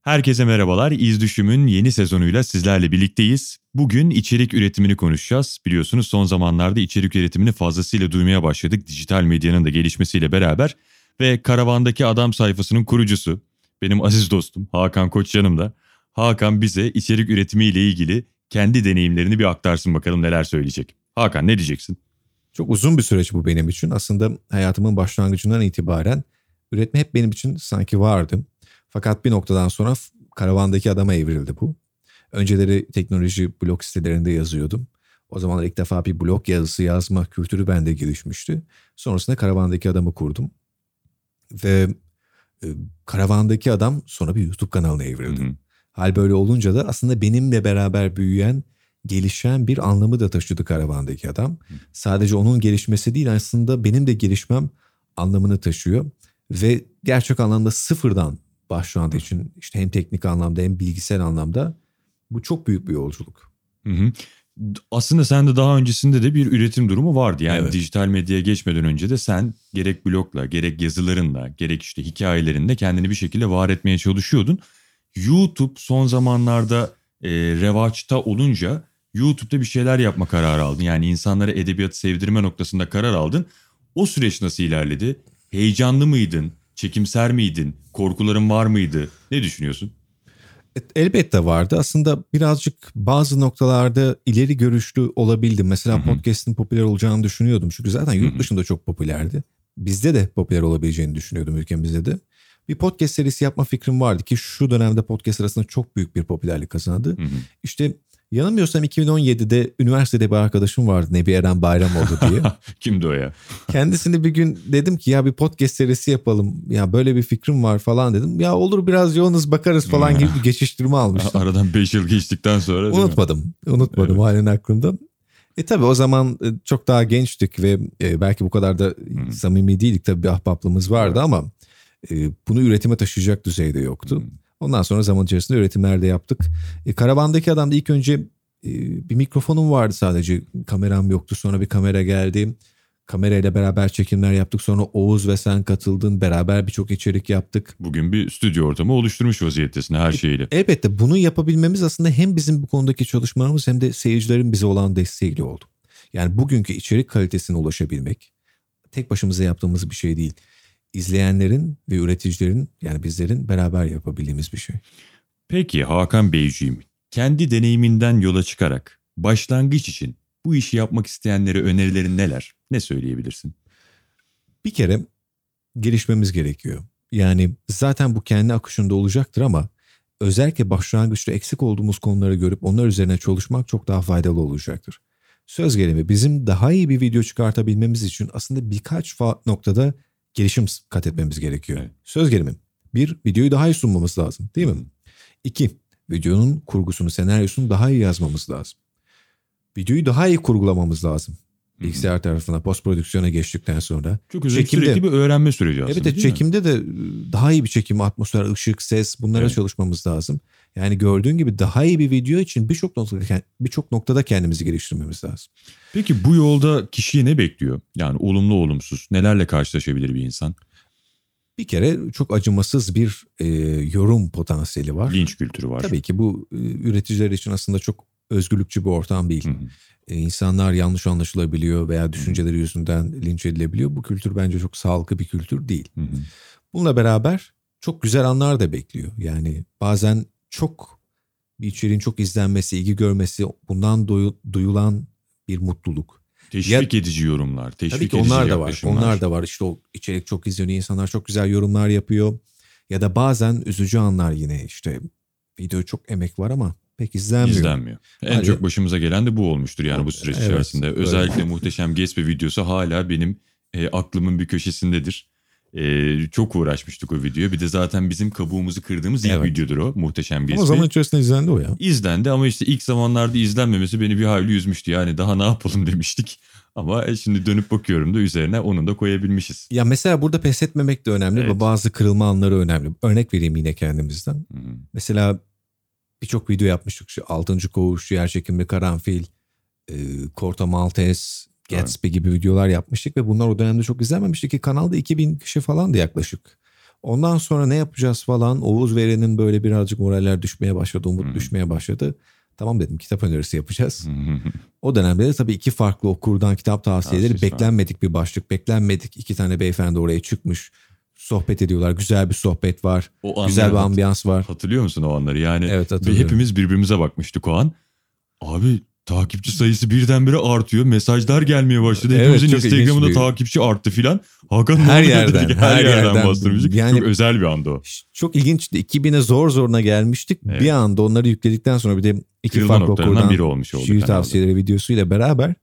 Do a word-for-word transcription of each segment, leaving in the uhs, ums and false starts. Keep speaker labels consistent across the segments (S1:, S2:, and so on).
S1: Herkese merhabalar. İz Düşüm'ün yeni sezonuyla sizlerle birlikteyiz. Bugün içerik üretimini konuşacağız. Biliyorsunuz son zamanlarda içerik üretimini fazlasıyla duymaya başladık. Dijital medyanın da gelişmesiyle beraber ve Karavan'daki Adam sayfasının kurucusu, benim aziz dostum Hakan Koç yanımda. Hakan bize içerik üretimiyle ilgili kendi deneyimlerini bir aktarsın, bakalım neler söyleyecek. Hakan, ne diyeceksin?
S2: Çok uzun bir süreç bu benim için. Aslında hayatımın başlangıcından itibaren üretme hep benim için sanki vardı. Fakat bir noktadan sonra Karavan'daki Adam'a evrildi bu. Önceleri teknoloji blog sitelerinde yazıyordum. O zamanlar ilk defa bir blog yazısı yazma kültürü bende gelişmişti. Sonrasında Karavan'daki Adam'ı kurdum. Ve e, Karavan'daki Adam sonra bir YouTube kanalına evrildi. Hı hı. Hal böyle olunca da aslında benimle beraber büyüyen, gelişen bir anlamı da taşıdı Karavan'daki Adam. Hı. Sadece onun gelişmesi değil, aslında benim de gelişmem anlamını taşıyor. Ve gerçek anlamda sıfırdan başlandığı için işte hem teknik anlamda hem bilgisayar anlamda bu çok büyük bir yolculuk.
S1: Hı hı. Aslında sende daha öncesinde de bir üretim durumu vardı. Yani
S2: evet.
S1: Dijital medyaya geçmeden önce de sen gerek blogla, gerek yazılarınla, gerek işte hikayelerinde kendini bir şekilde var etmeye çalışıyordun. YouTube son zamanlarda e, revaçta olunca YouTube'da bir şeyler yapma kararı aldın. Yani insanlara edebiyatı sevdirme noktasında karar aldın. O süreç nasıl ilerledi? Heyecanlı mıydın? Çekimser miydin? Korkuların var mıydı? Ne düşünüyorsun?
S2: Elbette vardı. Aslında birazcık bazı noktalarda ileri görüşlü olabildim. Mesela Hı-hı. podcast'in popüler olacağını düşünüyordum. Çünkü zaten yurt dışında Hı-hı. çok popülerdi. Bizde de popüler olabileceğini düşünüyordum, ülkemizde de. Bir podcast serisi yapma fikrim vardı ki şu dönemde podcast arasında çok büyük bir popülerlik kazandı. Hı-hı. İşte yanılmıyorsam iki bin on yedide üniversitede bir arkadaşım vardı, Nebi Eren Bayramoğlu diye.
S1: Kimdi o ya?
S2: Kendisine bir gün dedim ki ya bir podcast serisi yapalım. Ya böyle bir fikrim var falan dedim. Ya olur, biraz yoğunuz, bakarız falan gibi bir geçiştirme almıştım.
S1: Aradan beş yıl geçtikten sonra.
S2: Unutmadım. Unutmadım evet. Halen aklımda. E tabii o zaman çok daha gençtik ve belki bu kadar da hmm. samimi değildik. Tabii bir ahbaplığımız vardı evet. ama bunu üretime taşıyacak düzeyde yoktu. Hmm. Ondan sonra zaman içerisinde üretimler de yaptık. E, Karavan'daki Adam'da ilk önce e, bir mikrofonum vardı sadece. Kameram yoktu. Sonra bir kamera geldi. Kamerayla beraber çekimler yaptık. Sonra Oğuz ve sen katıldın. Beraber birçok içerik yaptık.
S1: Bugün bir stüdyo ortamı oluşturmuş vaziyettesin her şeyle.
S2: E, elbette bunu yapabilmemiz aslında hem bizim bu konudaki çalışmalarımız hem de seyircilerin bize olan desteğiyle oldu. Yani bugünkü içerik kalitesine ulaşabilmek tek başımıza yaptığımız bir şey değil. İzleyenlerin ve üreticilerin, yani bizlerin beraber yapabildiğimiz bir şey.
S1: Peki Hakan Beyciğim, kendi deneyiminden yola çıkarak başlangıç için bu işi yapmak isteyenlere önerilerin neler? Ne söyleyebilirsin?
S2: Bir kere gelişmemiz gerekiyor. Yani zaten bu kendi akışında olacaktır ama özellikle başlangıçta eksik olduğumuz konuları görüp onlar üzerine çalışmak çok daha faydalı olacaktır. Söz gelimi bizim daha iyi bir video çıkartabilmemiz için aslında birkaç noktada gelişim kat etmemiz gerekiyor. Evet. Söz gelimi. Bir, videoyu daha iyi sunmamız lazım, değil mi? İki, videonun kurgusunu, senaryosunu daha iyi yazmamız lazım. Videoyu daha iyi kurgulamamız lazım. Bilgisayar Hı-hı. tarafına, post prodüksiyona geçtikten sonra.
S1: Çok güzel, sürekli bir öğrenme süreci aslında.
S2: Evet, çekimde de daha iyi bir çekim, atmosfer, ışık, ses, bunlara evet. çalışmamız lazım. Yani gördüğün gibi daha iyi bir video için birçok noktada, birçok noktada kendimizi geliştirmemiz lazım.
S1: Peki bu yolda kişiyi ne bekliyor? Yani olumlu olumsuz nelerle karşılaşabilir bir insan?
S2: Bir kere çok acımasız bir e, yorum potansiyeli var.
S1: Linç kültürü var.
S2: Tabii ki bu e, üreticiler için aslında çok özgürlükçü bir ortam değil. Hı hı. E, insanlar yanlış anlaşılabiliyor veya düşünceleri yüzünden linç edilebiliyor. Bu kültür bence çok sağlıklı bir kültür değil. Hı hı. Bununla beraber çok güzel anlar da bekliyor. Yani bazen çok bir içeriğin çok izlenmesi, ilgi görmesi, bundan doyu, duyulan bir mutluluk.
S1: Teşvik ya, edici yorumlar, teşvik
S2: tabii ki
S1: edici
S2: onlar da var.
S1: yaklaşımlar.
S2: Onlar da var. İşte o içerik çok izleniyor, insanlar çok güzel yorumlar yapıyor. Ya da bazen üzücü anlar, yine işte video çok emek var ama pek izlenmiyor.
S1: İzlenmiyor. En Hadi. çok başımıza gelen de bu olmuştur yani bu süreç evet, içerisinde. Öyle. Özellikle Muhteşem Gatsby videosu hala benim e, aklımın bir köşesindedir. E, çok uğraşmıştık o videoya. Bir de zaten bizim kabuğumuzu kırdığımız ilk evet. videodur o, Muhteşem Gatsby.
S2: Ama zaman içerisinde izlendi o ya.
S1: İzlendi ama işte ilk zamanlarda izlenmemesi beni bir hayli üzmüştü. Yani daha ne yapalım demiştik. Ama şimdi dönüp bakıyorum da üzerine onu da koyabilmişiz.
S2: Ya mesela burada pes etmemek de önemli evet. ve bazı kırılma anları önemli. Örnek vereyim yine kendimizden. Hı-hı. Mesela birçok video yapmıştık. Şu Altıncı Koğuş, Yerçekimli Karanfil, e, Corto Maltese, Gatsby evet. gibi videolar yapmıştık ve bunlar o dönemde çok izlenmemişti ki kanalda iki bin kişi falandı yaklaşık. Ondan sonra ne yapacağız falan. Oğuz ve Eren'in böyle birazcık moraller düşmeye başladı. Umut
S1: Hmm.
S2: düşmeye başladı. Tamam dedim, kitap önerisi yapacağız. O dönemde de tabii iki farklı okurdan kitap tavsiyeleri,
S1: Tavsiyesi
S2: beklenmedik bir başlık. Beklenmedik iki tane beyefendi oraya çıkmış. Sohbet ediyorlar. Güzel bir sohbet var.
S1: O
S2: Güzel bir
S1: anları hat-
S2: ambiyans var.
S1: Hatırlıyor musun o anları? Yani
S2: Evet,
S1: bir
S2: hatırlıyorum.
S1: hepimiz birbirimize bakmıştık o an. Abi takipçi sayısı birdenbire artıyor. Mesajlar gelmeye başladı.
S2: Evet,
S1: Hepimizin
S2: çok
S1: Instagram'ında
S2: ilginç bir-
S1: takipçi arttı filan. Hakan ne
S2: Her
S1: oluyor
S2: yerden,
S1: dedik.
S2: her
S1: Her yerden
S2: yerden.
S1: bastırmıştık.
S2: Yani-
S1: Çok özel bir anda o.
S2: Çok ilginçti. iki bine zor zoruna gelmiştik.
S1: Evet.
S2: Bir anda onları yükledikten sonra bir de iki
S1: Kırılma
S2: farklı
S1: noktalarından
S2: okurdan
S1: biri olmuş oldu
S2: şiir
S1: kanalda.
S2: tavsiyeleri videosuyla beraber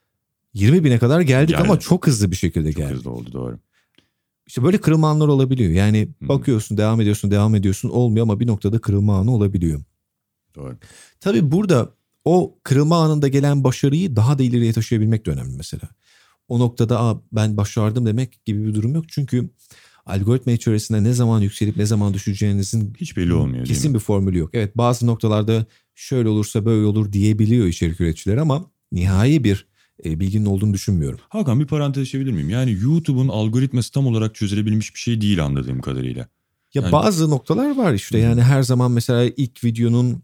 S2: yirmi bine kadar geldik
S1: Yani-
S2: ama çok hızlı bir şekilde
S1: Çok
S2: geldik.
S1: hızlı oldu, doğru.
S2: İşte böyle kırılma anlar olabiliyor. Yani
S1: Hı.
S2: bakıyorsun, devam ediyorsun, devam ediyorsun, olmuyor ama bir noktada kırılma anı olabiliyor.
S1: Doğru.
S2: Tabii burada o kırılma anında gelen başarıyı daha da ileriye taşıyabilmek de önemli mesela. O noktada Aa, ben başardım demek gibi bir durum yok. Çünkü algoritma içerisinde ne zaman yükselip ne zaman düşeceğinizin
S1: Hiç belli olmuyor, değil
S2: kesin
S1: mi?
S2: bir formülü yok. Evet, bazı noktalarda şöyle olursa böyle olur diyebiliyor içerik üreticileri ama nihai bir e, bilginin olduğunu düşünmüyorum.
S1: Hakan, bir parantez açabilir miyim? Yani YouTube'un algoritması tam olarak çözülebilmiş bir şey değil anladığım kadarıyla.
S2: Ya
S1: Yani-
S2: bazı noktalar var işte.
S1: Hı hı.
S2: Yani her zaman mesela ilk videonun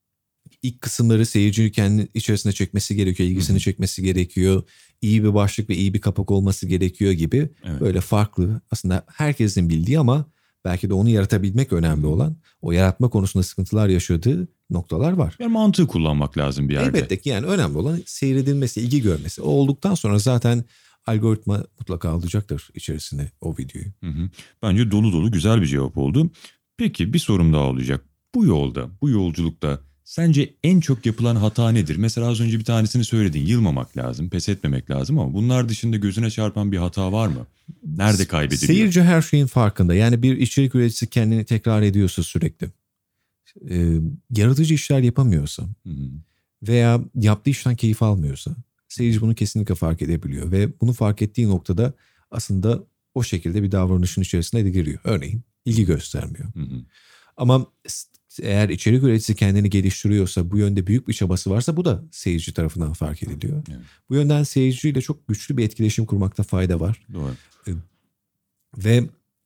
S2: ilk kısımları seyirciyi kendi içerisine çekmesi gerekiyor, ilgisini
S1: Hı hı.
S2: çekmesi gerekiyor. İyi bir başlık ve iyi bir kapak olması gerekiyor gibi.
S1: Evet.
S2: Böyle farklı, aslında herkesin bildiği ama belki de onu yaratabilmek önemli
S1: Hı hı.
S2: olan, o yaratma konusunda sıkıntılar yaşadığı noktalar var.
S1: Yani mantığı kullanmak lazım bir yerde.
S2: Elbette ki yani önemli olan seyredilmesi, ilgi görmesi. O olduktan sonra zaten algoritma mutlaka alacaktır içerisine o videoyu.
S1: Hı hı. Bence dolu dolu güzel bir cevap oldu. Peki bir sorum daha olacak. Bu yolda, bu yolculukta sence en çok yapılan hata nedir? Mesela az önce bir tanesini söyledin. Yılmamak lazım, pes etmemek lazım ama bunlar dışında gözüne çarpan bir hata var mı? Nerede kaybediliyor?
S2: Seyirci her şeyin farkında. Yani bir içerik üreticisi kendini tekrar ediyorsa sürekli, e, yaratıcı işler yapamıyorsa
S1: Hı hı.
S2: veya yaptığı işten keyif almıyorsa seyirci bunu kesinlikle fark edebiliyor. Ve bunu fark ettiği noktada aslında o şekilde bir davranışın içerisine de giriyor. Örneğin ilgi göstermiyor.
S1: Hı hı.
S2: Ama eğer içerik üreticisi kendini geliştiriyorsa, bu yönde büyük bir çabası varsa bu da seyirci tarafından fark ediliyor.
S1: Evet.
S2: Bu yönden seyirciyle çok güçlü bir etkileşim kurmakta fayda var.
S1: Doğru.
S2: Ve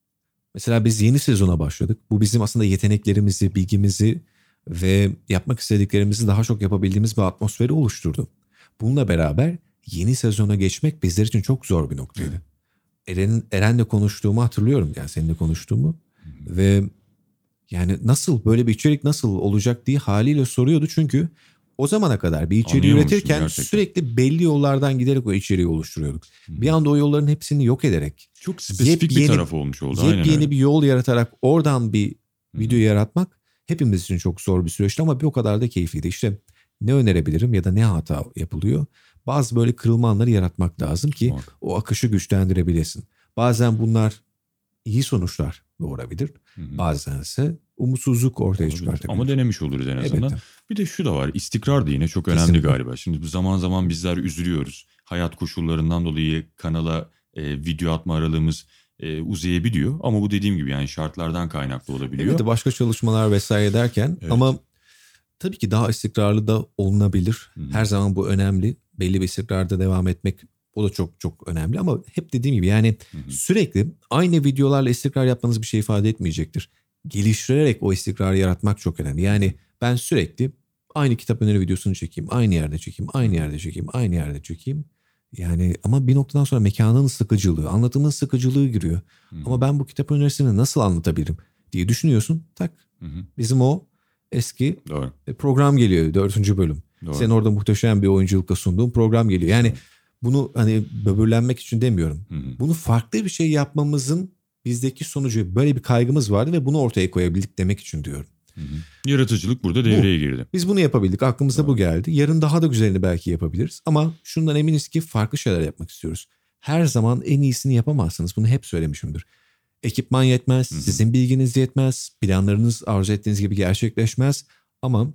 S2: mesela biz yeni sezona başladık. Bu bizim aslında yeteneklerimizi, bilgimizi ve yapmak istediklerimizi daha çok yapabildiğimiz bir atmosferi oluşturdu. Bununla beraber yeni sezona geçmek bizler için çok zor bir noktaydı. Eren'in Eren'le konuştuğumu hatırlıyorum, yani seninle konuştuğumu ve yani nasıl böyle bir içerik nasıl olacak diye haliyle soruyordu. Çünkü o zamana kadar bir içeriği
S1: Anlıyormuşsun
S2: üretirken
S1: gerçekten.
S2: sürekli belli yollardan giderek o içeriği oluşturuyorduk. Bir anda o yolların hepsini yok ederek,
S1: Çok spesifik bir
S2: Yepyeni-
S1: taraf olmuş oldu. Aynen
S2: yepyeni
S1: öyle.
S2: bir yol yaratarak oradan bir
S1: Hı hı.
S2: video yaratmak hepimiz için çok zor bir süreçti ama bir o kadar da keyifliydi. İşte ne önerebilirim ya da ne hata yapılıyor? Bazı böyle kırılma anları yaratmak lazım ki
S1: Doğru.
S2: o akışı güçlendirebilesin. Bazen bunlar iyi sonuçlar doğurabilir.
S1: Hı hı.
S2: Bazense umutsuzluk ortaya
S1: Olabilir.
S2: çıkartabilir.
S1: Ama denemiş oluruz en azından.
S2: Elbette.
S1: Bir de şu da var. İstikrar da yine çok önemli
S2: Kesinlikle.
S1: galiba. Şimdi bu zaman zaman bizler üzülüyoruz. Hayat koşullarından dolayı kanala e, video atma aralığımız e, uzayabiliyor. Ama bu dediğim gibi yani şartlardan kaynaklı olabiliyor.
S2: Evet, başka çalışmalar vesaire derken
S1: Evet.
S2: ama tabii ki daha istikrarlı da olunabilir.
S1: Hı hı.
S2: Her zaman bu önemli. Belli bir istikrarda devam etmek, o da çok çok önemli ama hep dediğim gibi yani
S1: Hı hı.
S2: sürekli aynı videolarla istikrar yapmanız bir şey ifade etmeyecektir. Geliştirerek o istikrarı yaratmak çok önemli. Yani ben sürekli aynı kitap öneri videosunu çekeyim, aynı yerde çekeyim, aynı yerde çekeyim, aynı yerde çekeyim. Yani ama bir noktadan sonra mekanın sıkıcılığı, anlatımın sıkıcılığı giriyor.
S1: Hı hı.
S2: Ama ben bu kitap önerisini nasıl anlatabilirim diye düşünüyorsun. Tak,
S1: Hı hı.
S2: bizim o eski
S1: Doğru.
S2: program geliyor, dördüncü bölüm.
S1: Doğru.
S2: Senin orada muhteşem bir oyunculukla sunduğun program geliyor. Yani bunu hani böbürlenmek için demiyorum.
S1: Hı hı.
S2: Bunu farklı bir şey yapmamızın bizdeki sonucu, böyle bir kaygımız vardı ve bunu ortaya koyabildik demek için diyorum.
S1: Hı hı. Yaratıcılık burada devreye girdi.
S2: Biz bunu yapabildik. Aklımıza bu geldi. Yarın daha da güzelini belki yapabiliriz. Ama şundan eminiz ki farklı şeyler yapmak istiyoruz. Her zaman en iyisini yapamazsınız. Bunu hep söylemişimdir. Ekipman yetmez,
S1: Hı hı.
S2: sizin bilginiz yetmez, planlarınız arzu ettiğiniz gibi gerçekleşmez. Ama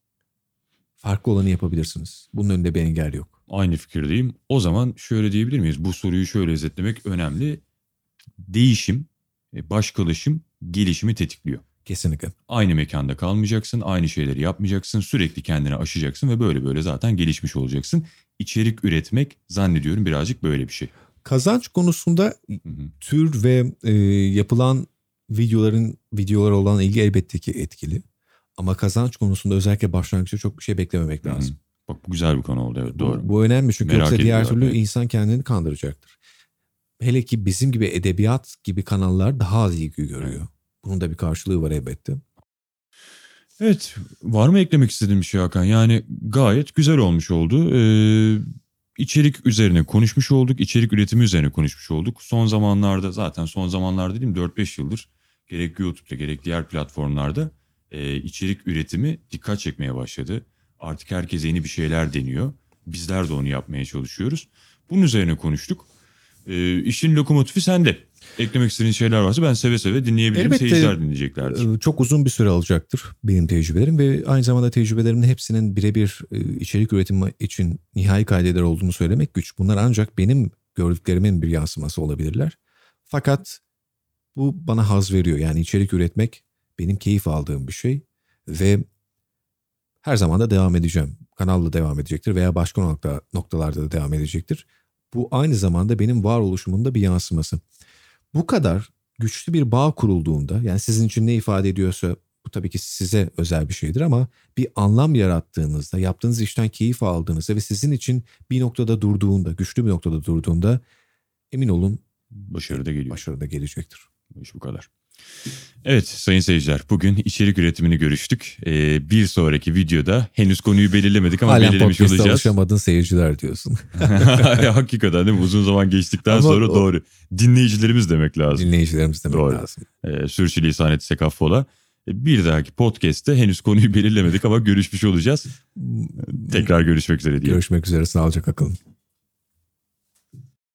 S2: farklı olanı yapabilirsiniz. Bunun önünde bir engel yok.
S1: Aynı fikirdeyim. O zaman şöyle diyebilir miyiz? Bu soruyu şöyle özetlemek önemli. Değişim, e, başkalaşım, gelişimi tetikliyor.
S2: Kesinlikle.
S1: Aynı mekanda kalmayacaksın, aynı şeyleri yapmayacaksın, sürekli kendini aşacaksın ve böyle böyle zaten gelişmiş olacaksın. İçerik üretmek zannediyorum birazcık böyle bir şey.
S2: Kazanç konusunda
S1: Hı hı.
S2: tür ve e, yapılan videoların videolara olan ilgi elbette ki etkili. Ama kazanç konusunda özellikle başlangıçta çok bir şey beklememek
S1: Hı-hı.
S2: lazım.
S1: Bak bu güzel bir konu oldu, evet, doğru.
S2: Bu, bu önemli çünkü
S1: Merak
S2: yoksa diğer
S1: ediyorlar,
S2: türlü
S1: evet.
S2: insan kendini kandıracaktır. Hele ki bizim gibi edebiyat gibi kanallar daha az ilgi görüyor.
S1: Evet.
S2: Bunun da bir karşılığı var elbette.
S1: Evet, var mı eklemek istediğin bir şey Hakan? Yani gayet güzel olmuş oldu. Ee, içerik üzerine konuşmuş olduk, içerik üretimi üzerine konuşmuş olduk. Son zamanlarda, zaten son zamanlarda değil mi, dört beş yıldır gerek YouTube'da gerek diğer platformlarda e, içerik üretimi dikkat çekmeye başladı. Artık herkes yeni bir şeyler deniyor. Bizler de onu yapmaya çalışıyoruz. Bunun üzerine konuştuk. E, işin lokomotifi sende. Eklemek istediğin şeyler varsa ben seve seve dinleyebilirim.
S2: Elbette,
S1: seyirciler dinleyeceklerdir.
S2: Çok uzun bir süre alacaktır benim tecrübelerim ve aynı zamanda tecrübelerimin hepsinin birebir içerik üretimi için nihai kaideler olduğunu söylemek güç. Bunlar ancak benim gördüklerimin bir yansıması olabilirler. Fakat bu bana haz veriyor. Yani içerik üretmek benim keyif aldığım bir şey ve her zaman da devam edeceğim. Kanalda devam edecektir veya başka nokta, noktalarda da devam edecektir. Bu aynı zamanda benim varoluşumun da bir yansıması. Bu kadar güçlü bir bağ kurulduğunda, yani sizin için ne ifade ediyorsa bu tabii ki size özel bir şeydir ama bir anlam yarattığınızda, yaptığınız işten keyif aldığınızda ve sizin için bir noktada durduğunda, güçlü bir noktada durduğunda emin olun
S1: Başarı da geliyor.
S2: Başarı da gelecektir.
S1: Bu iş bu kadar. Evet sayın seyirciler, bugün içerik üretimini görüştük. Ee, bir sonraki videoda henüz konuyu belirlemedik ama
S2: Halen
S1: belirlemiş
S2: podcast'ta
S1: olacağız.
S2: alışamadın seyirciler diyorsun.
S1: Hakikaten değil mi? Uzun zaman geçtikten
S2: Ama
S1: sonra
S2: o-
S1: doğru. Dinleyicilerimiz demek lazım.
S2: Dinleyicilerimiz demek
S1: Doğru.
S2: lazım.
S1: Ee, sürçülisan etsek affola. Ee, Bir dahaki podcast'te henüz konuyu belirlemedik ama görüşmüş olacağız. Tekrar görüşmek üzere diyelim.
S2: Görüşmek üzere, sağlıcakla kalın.